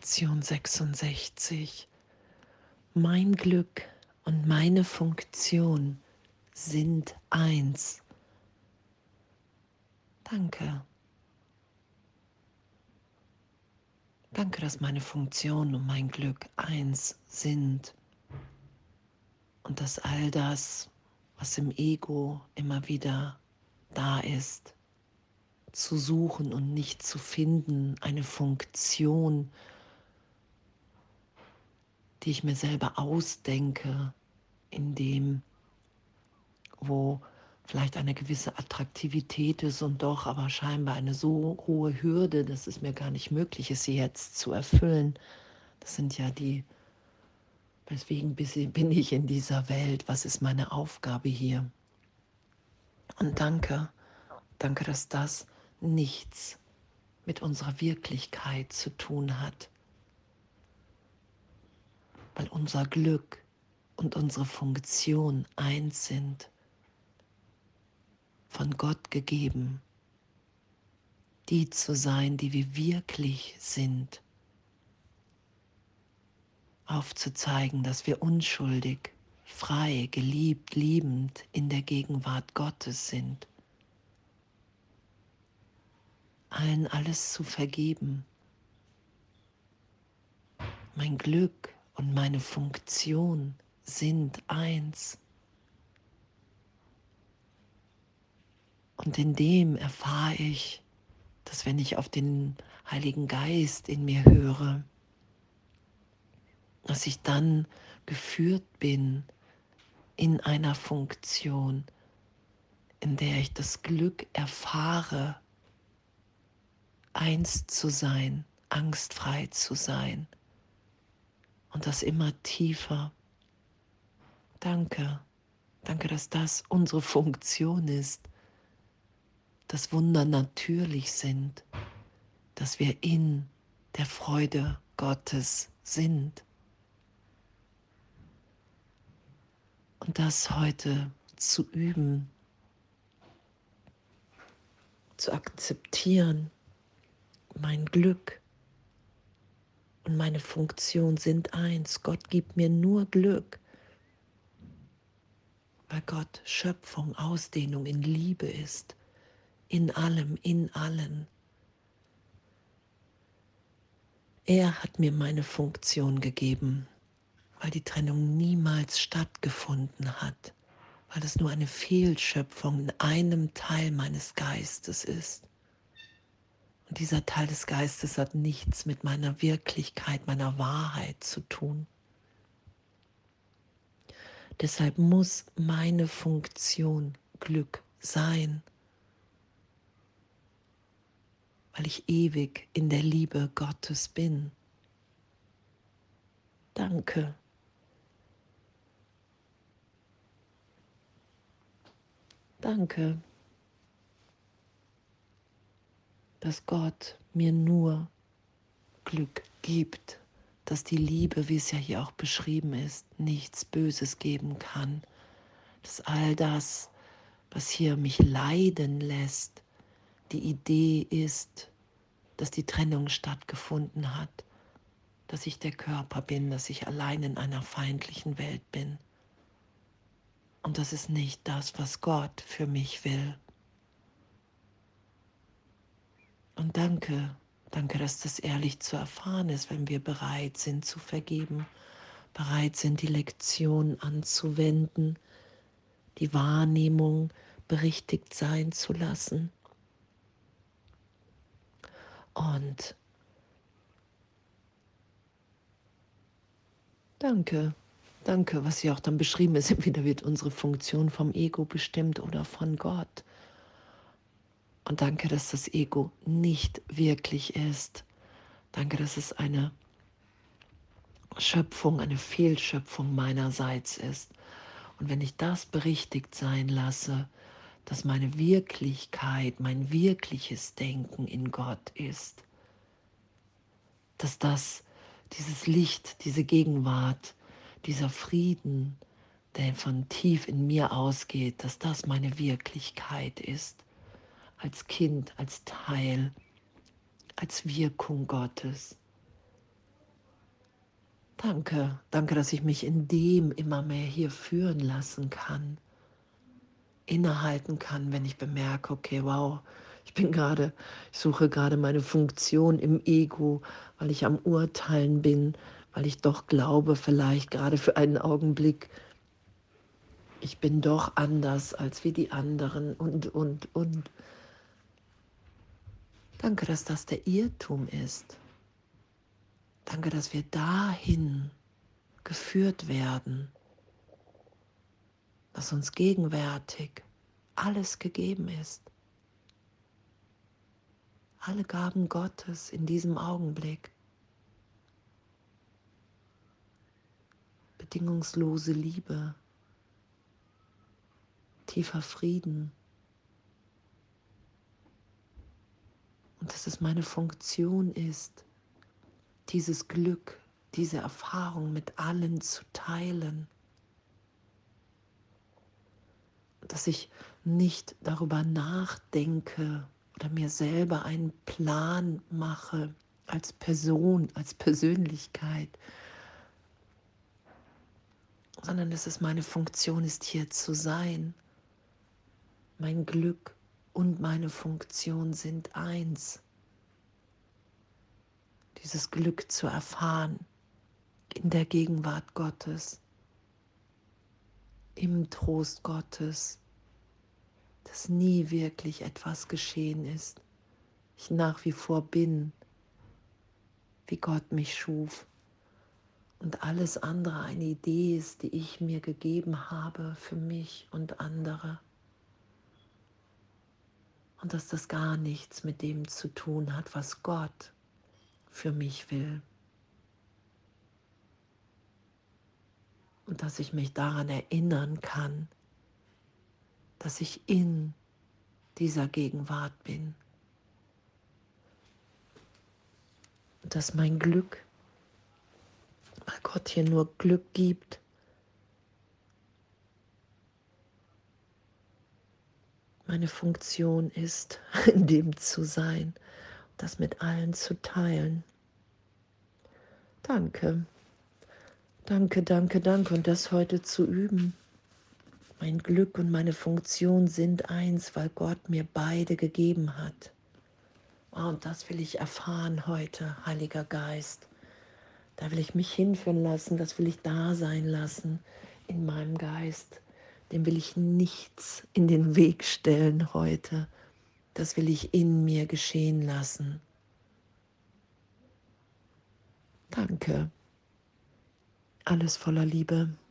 Lektion 66. Mein Glück und meine Funktion sind eins. Danke. Danke, dass meine Funktion und mein Glück eins sind und dass all das, was im Ego immer wieder da ist, zu suchen und nicht zu finden, eine Funktion, die ich mir selber ausdenke, in dem, wo vielleicht eine gewisse Attraktivität ist und doch aber scheinbar eine so hohe Hürde, dass es mir gar nicht möglich ist, sie jetzt zu erfüllen. Das sind ja die, weswegen bin ich in dieser Welt, was ist meine Aufgabe hier? Und danke, danke, dass das nichts mit unserer Wirklichkeit zu tun hat, weil unser Glück und unsere Funktion eins sind, von Gott gegeben, die zu sein, die wir wirklich sind, aufzuzeigen, dass wir unschuldig, frei, geliebt, liebend in der Gegenwart Gottes sind, allen alles zu vergeben. Mein Glück und meine Funktion sind eins. Und in dem erfahre ich, dass wenn ich auf den Heiligen Geist in mir höre, dass ich dann geführt bin in einer Funktion, in der ich das Glück erfahre, eins zu sein, angstfrei zu sein und das immer tiefer. Danke, danke, dass das unsere Funktion ist, dass Wunder natürlich sind, dass wir in der Freude Gottes sind. Und das heute zu üben, zu akzeptieren, mein Glück und meine Funktion sind eins. Gott gibt mir nur Glück, weil Gott Schöpfung, Ausdehnung in Liebe ist, in allem, in allen. Er hat mir meine Funktion gegeben, weil die Trennung niemals stattgefunden hat, weil es nur eine Fehlschöpfung in einem Teil meines Geistes ist. Und dieser Teil des Geistes hat nichts mit meiner Wirklichkeit, meiner Wahrheit zu tun. Deshalb muss meine Funktion Glück sein, weil ich ewig in der Liebe Gottes bin. Danke. Danke, dass Gott mir nur Glück gibt, dass die Liebe, wie es ja hier auch beschrieben ist, nichts Böses geben kann, dass all das, was hier mich leiden lässt, die Idee ist, dass die Trennung stattgefunden hat, dass ich der Körper bin, dass ich allein in einer feindlichen Welt bin. Und das ist nicht das, was Gott für mich will. Und danke, danke, dass das ehrlich zu erfahren ist, wenn wir bereit sind zu vergeben, bereit sind, die Lektion anzuwenden, die Wahrnehmung berichtigt sein zu lassen. Und danke, danke, was hier auch dann beschrieben ist. Entweder wird unsere Funktion vom Ego bestimmt oder von Gott. Und danke, dass das Ego nicht wirklich ist. Danke, dass es eine Schöpfung, eine Fehlschöpfung meinerseits ist. Und wenn ich das berichtigt sein lasse, dass meine Wirklichkeit, mein wirkliches Denken in Gott ist, dass das, dieses Licht, diese Gegenwart, dieser Frieden, der von tief in mir ausgeht, dass das meine Wirklichkeit ist, als Kind, als Teil, als Wirkung Gottes. Danke, danke, dass ich mich in dem immer mehr hier führen lassen kann, innehalten kann, wenn ich bemerke, okay, wow, ich suche gerade meine Funktion im Ego, weil ich am Urteilen bin, weil ich doch glaube, vielleicht gerade für einen Augenblick, ich bin doch anders als wie die anderen und. Danke, dass das der Irrtum ist. Danke, dass wir dahin geführt werden, dass uns gegenwärtig alles gegeben ist. Alle Gaben Gottes in diesem Augenblick. Bedingungslose Liebe, tiefer Frieden. Und dass es meine Funktion ist, dieses Glück, diese Erfahrung mit allen zu teilen. Dass ich nicht darüber nachdenke oder mir selber einen Plan mache als Person, als Persönlichkeit, sondern dass es meine Funktion ist, hier zu sein. Mein Glück und meine Funktion sind eins. Dieses Glück zu erfahren in der Gegenwart Gottes, im Trost Gottes, dass nie wirklich etwas geschehen ist. Ich nach wie vor bin, wie Gott mich schuf. Und alles andere eine Idee ist, die ich mir gegeben habe für mich und andere. Und dass das gar nichts mit dem zu tun hat, was Gott für mich will. Und dass ich mich daran erinnern kann, dass ich in dieser Gegenwart bin. Und dass mein Glück, weil Gott hier nur Glück gibt, meine Funktion ist, in dem zu sein, das mit allen zu teilen. Danke, danke, danke, danke. Und das heute zu üben. Mein Glück und meine Funktion sind eins, weil Gott mir beide gegeben hat. Oh, und das will ich erfahren heute, Heiliger Geist. Da will ich mich hinführen lassen, das will ich da sein lassen in meinem Geist. Dem will ich nichts in den Weg stellen heute. Das will ich in mir geschehen lassen. Danke. Alles voller Liebe.